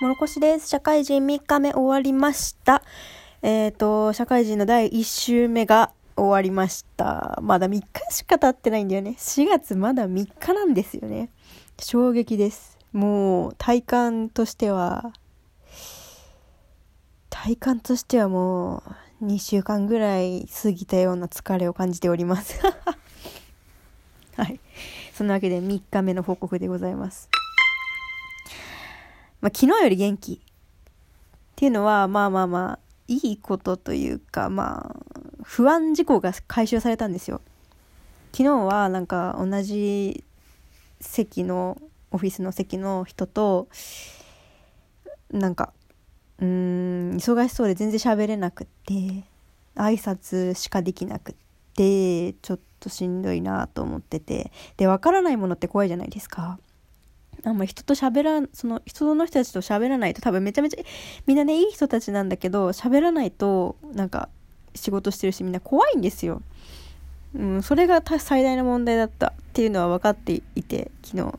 もろこしです。社会人3日目終わりました。社会人の第1週目が終わりました。まだ3日しか経ってないんだよね。4月まだ3日なんですよね。衝撃です。もう体感としてはもう2週間ぐらい過ぎたような疲れを感じております。はい。そんなわけで3日目の報告でございます。昨日より元気っていうのはまあいいことというか、不安事項が解消されたんですよ。昨日はなんか同じ席のオフィスの席の人となんか忙しそうで全然喋れなくって挨拶しかできなくってちょっとしんどいなと思ってて、で分からないものって怖いじゃないですか。その人たちと喋らないと、多分めちゃめちゃみんなねいい人たちなんだけど、喋らないとなんか仕事してるしみんな怖いんですよ。それが最大の問題だったっていうのは分かっていて、昨日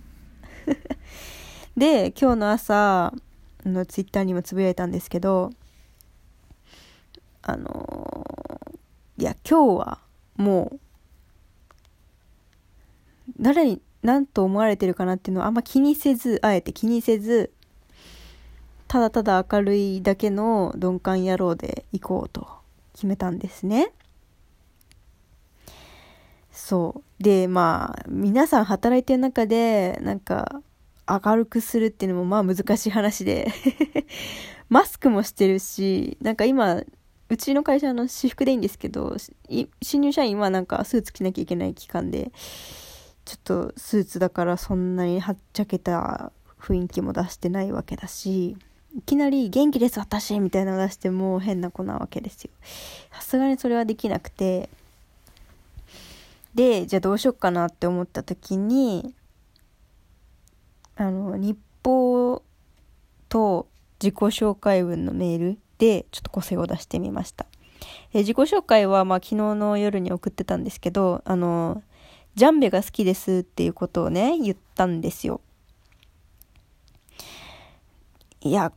で今日の朝ツイッターにもつぶやいたんですけど、今日はもう誰に何と思われてるかなっていうのはあえて気にせず、ただただ明るいだけの鈍感野郎で行こうと決めたんですね。そうで、皆さん働いてる中でなんか明るくするっていうのも難しい話でマスクもしてるし、なんか今うちの会社の私服でいいんですけど、新入社員はなんかスーツ着なきゃいけない期間で、ちょっとスーツだからそんなにはっちゃけた雰囲気も出してないわけだし、いきなり元気です私みたいなの出しても変な子なわけですよ。さすがにそれはできなくて、でじゃあどうしよっかなって思った時に日報と自己紹介文のメールでちょっと個性を出してみました。自己紹介は昨日の夜に送ってたんですけど、ジャンベが好きですっていうことをね言ったんですよ。いや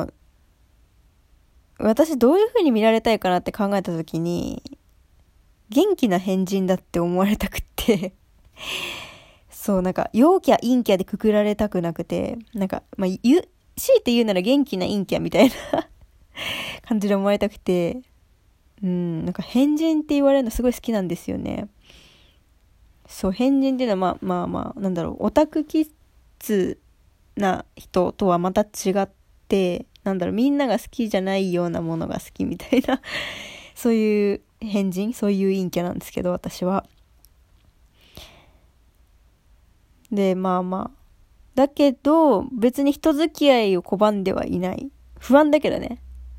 私どういう風に見られたいかなって考えた時に元気な変人だって思われたくってなんか陽キャ陰キャでくくられたくなくて、なんか強いて言うなら元気な陰キャみたいな感じで思われたくて、なんか変人って言われるのすごい好きなんですよね。変人っていうのはなんだろう、オタク気質な人とはまた違って、みんなが好きじゃないようなものが好きみたいなそういう変人、そういう陰キャなんですけど、私は。でだけど別に人付き合いを拒んではいない。不安だけどね、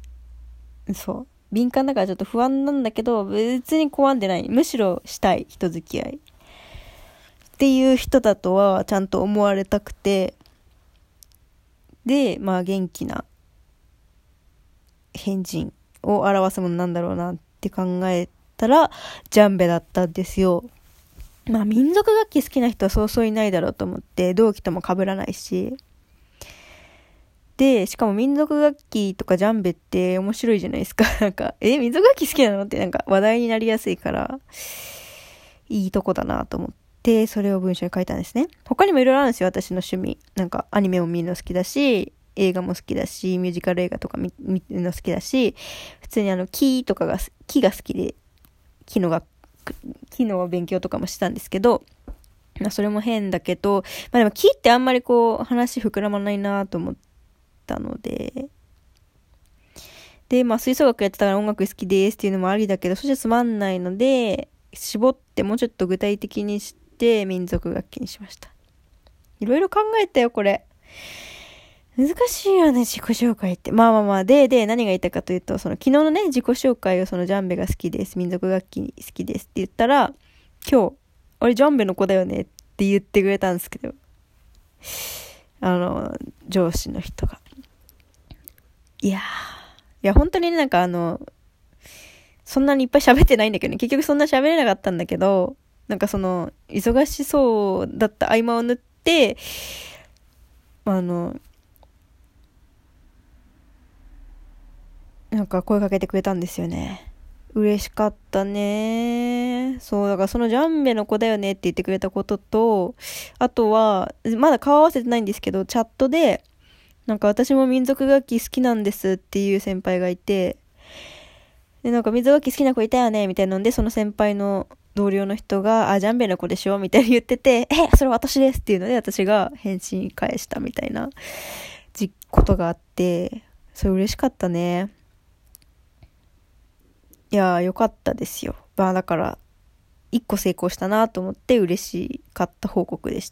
敏感だからちょっと不安なんだけど別に拒んでない。むしろしたい、人付き合いっていう人だとはちゃんと思われたくて、で元気な変人を表すものなんだろうなって考えたらジャンベだったんですよ。民族楽器好きな人はそうそういないだろうと思って、同期とも被らないし、でしかも民族楽器とかジャンベって面白いじゃないですか。なんか民族楽器好きなのってなんか話題になりやすいからいいとこだなと思ってそれを文章に書いたんですね。他にもいろいろあるんですよ、私の趣味。なんかアニメを見るの好きだし、映画も好きだし、ミュージカル映画とか見るの好きだし、普通に木が好きで木の勉強とかもしたんですけど、それも変だけど、でも木ってあんまり話膨らまないなと思ったので、吹奏楽やってたから音楽好きですっていうのもありだけど、そしてつまんないので絞ってもうちょっと具体的にして民族楽器にしました。いろいろ考えたよ、これ難しいよね、自己紹介って。で何が言いたいかというと、昨日のね自己紹介をジャンベが好きです、民族楽器好きですって言ったら、今日俺ジャンベの子だよねって言ってくれたんですけど、上司の人がいや本当になんかそんなにいっぱい喋ってないんだけどね、結局そんな喋れなかったんだけど、なんか忙しそうだった合間を縫ってなんか声かけてくれたんですよね。嬉しかったね。そう、だからそのジャンベの子だよねって言ってくれたことと、あとは、まだ顔合わせてないんですけど、チャットで、なんか私も民族楽器好きなんですっていう先輩がいて、で、なんか民族楽器好きな子いたよねみたいなので、その先輩の同僚の人が、あ、ジャンベの子でしょみたいに言ってて、それ私ですっていうので、私が返信返したみたいなことがあって、それ嬉しかったね。いやー、よかったですよ。まあだから、一個成功したなと思って嬉しかった報告でした。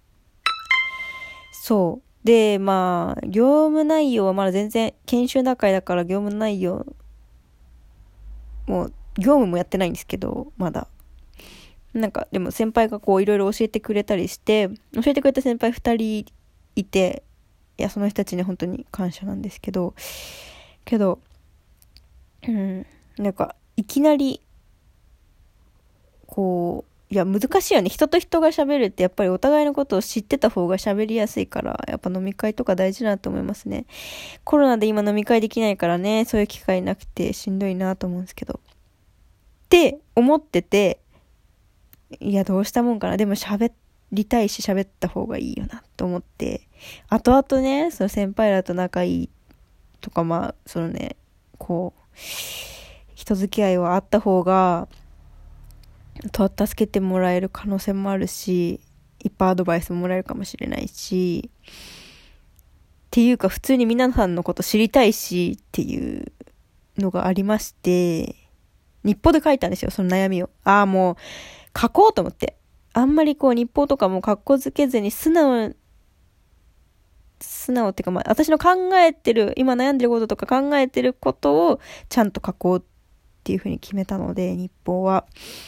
そう。で、まあ、業務内容はまだ全然、研修段階だから業務内容、もう、業務もやってないんですけど、まだ。なんか、でも先輩がこう、いろいろ教えてくれたりして、教えてくれた先輩2人いて、いや、その人たちに本当に感謝なんですけど、なんか、いきなり、こう、いや、難しいよね。人と人が喋るってやっぱりお互いのことを知ってた方が喋りやすいから、やっぱ飲み会とか大事だなと思いますね。コロナで今飲み会できないからね、そういう機会なくてしんどいなと思うんですけど。って思ってて、いや、どうしたもんかな。でも喋りたいし喋った方がいいよなと思って、後々ね、その先輩らと仲いいとか、まあ、そのね、こう、人付き合いはあった方が、助けてもらえる可能性もあるし、いっぱいアドバイスももらえるかもしれないし、っていうか普通に皆さんのこと知りたいしっていうのがありまして、日報で書いたんですよ、その悩みを。もう書こうと思って。あんまりこう日報とかも格好つけずに素直っていうか、まあ私の考えてる、今悩んでることとか考えてることをちゃんと書こうっていうふうに決めたので、日報は。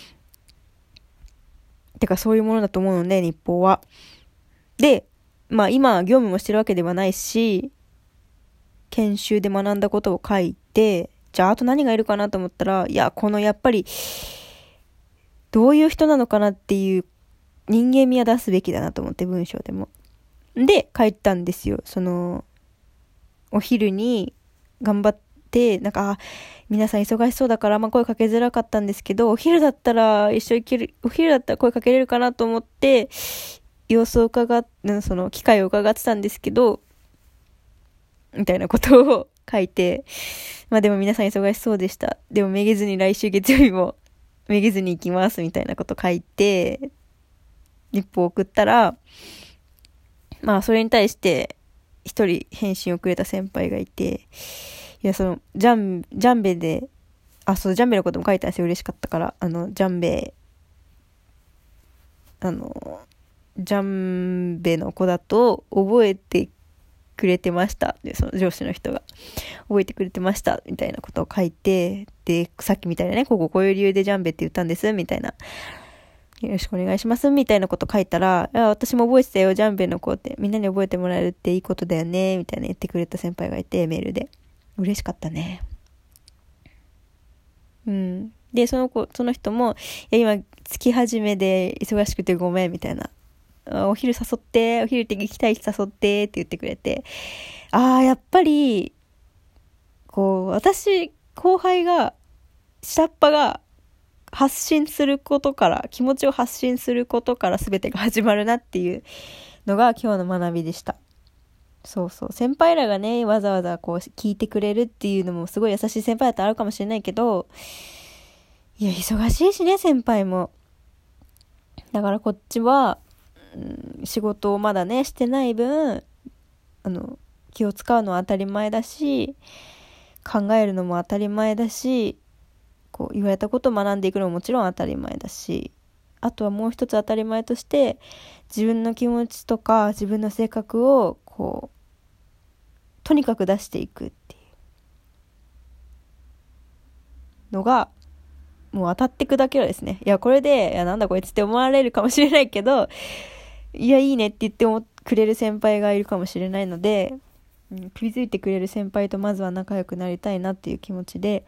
てかそういうものだと思うので、日報は。で、まあ今業務もしてるわけではないし、研修で学んだことを書いて、じゃああと何がいるかなと思ったら、いや、このやっぱり、どういう人なのかなっていう人間味は出すべきだなと思って、文章でも。で、書いたんですよ。お昼に頑張って、なんか、皆さん忙しそうだからあんま声かけづらかったんですけど、お昼だったら声かけれるかなと思って、様子をその機会を伺ってたんですけど、みたいなことを書いて、まあでも皆さん忙しそうでした。でもめげずに来週月曜日もめげずに行きますみたいなこと書いて、日報を送ったら、まあそれに対して一人返信をくれた先輩がいて、いや、ジャンベで、そう、ジャンベのことも書いたんですよ。嬉しかったから。ジャンベの子だと覚えてくれてました。で、その上司の人が覚えてくれてました。みたいなことを書いて、で、さっきみたいなね、こういう理由でジャンベって言ったんです。みたいな。よろしくお願いします。みたいなこと書いたら、私も覚えてたよ、ジャンベの子って。みんなに覚えてもらえるっていいことだよね。みたいな言ってくれた先輩がいて、メールで。嬉しかったね。で、その人も、いや、今、月始めで忙しくてごめん、みたいな。お昼行って行きたいし誘ってって言ってくれて。やっぱり、後輩が、下っ端が気持ちを発信することから全てが始まるなっていうのが今日の学びでした。そうそう。先輩らがね、わざわざ聞いてくれるっていうのもすごい優しい先輩だったらあるかもしれないけど、いや、忙しいしね、先輩も。だからこっちは、仕事をまだね、してない分、気を使うのは当たり前だし、考えるのも当たり前だし、言われたことを学んでいくのももちろん当たり前だし、あとはもう一つ当たり前として、自分の気持ちとか自分の性格をとにかく出していくっていうのがもう当たっていくだけはですね。いや、これで、いや、なんだこいつって思われるかもしれないけど、いや、いいねって言ってくれる先輩がいるかもしれないので、気づいてくれる先輩とまずは仲良くなりたいなっていう気持ちで、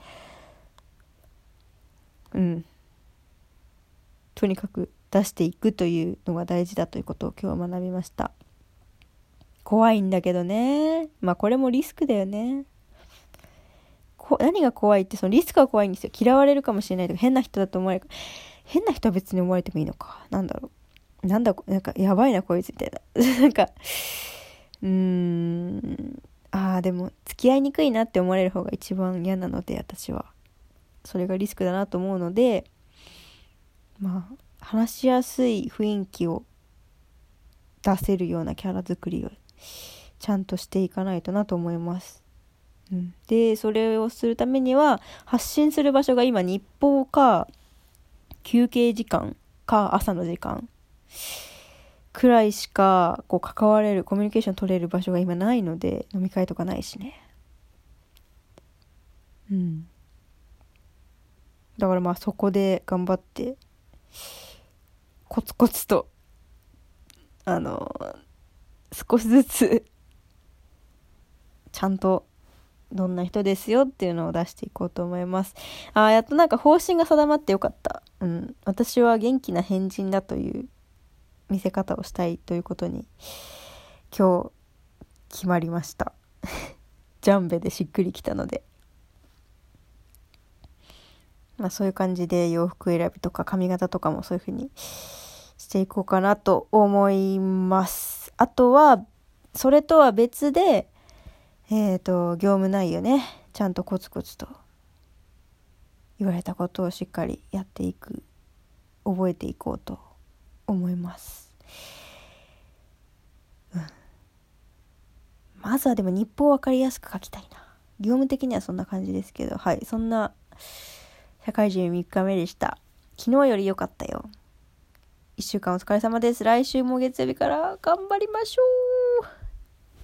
とにかく出していくというのが大事だということを今日は学びました。怖いんだけどね。まあこれもリスクだよね。 何が怖いって、そのリスクが怖いんですよ。嫌われるかもしれないとか、変な人だと思われる。変な人は別に思われてもいいのか。なんだろう。なんかやばいなこいつみたいな。なんか、でも付き合いにくいなって思われる方が一番嫌なので、私は。それがリスクだなと思うので、話しやすい雰囲気を出せるようなキャラ作りをちゃんとしていかないとなと思います。で、それをするためには、発信する場所が今日報か、休憩時間か、朝の時間くらいしか関われる、コミュニケーション取れる場所が今ないので、飲み会とかないしね。だからそこで頑張ってコツコツと少しずつちゃんとどんな人ですよっていうのを出していこうと思います。やっと方針が定まってよかった。私は元気な変人だという見せ方をしたいということに今日決まりました。ジャンベでしっくりきたので、そういう感じで洋服選びとか髪型とかもそういう風にしていこうかなと思います。あとはそれとは別で業務内容ね、ちゃんとコツコツと言われたことをしっかりやっていく、覚えていこうと思います。まずはでも日報を分かりやすく書きたいな。業務的にはそんな感じですけど、そんな社会人3日目でした。昨日より良かったよ。1週間お疲れ様です。来週も月曜日から頑張りましょう。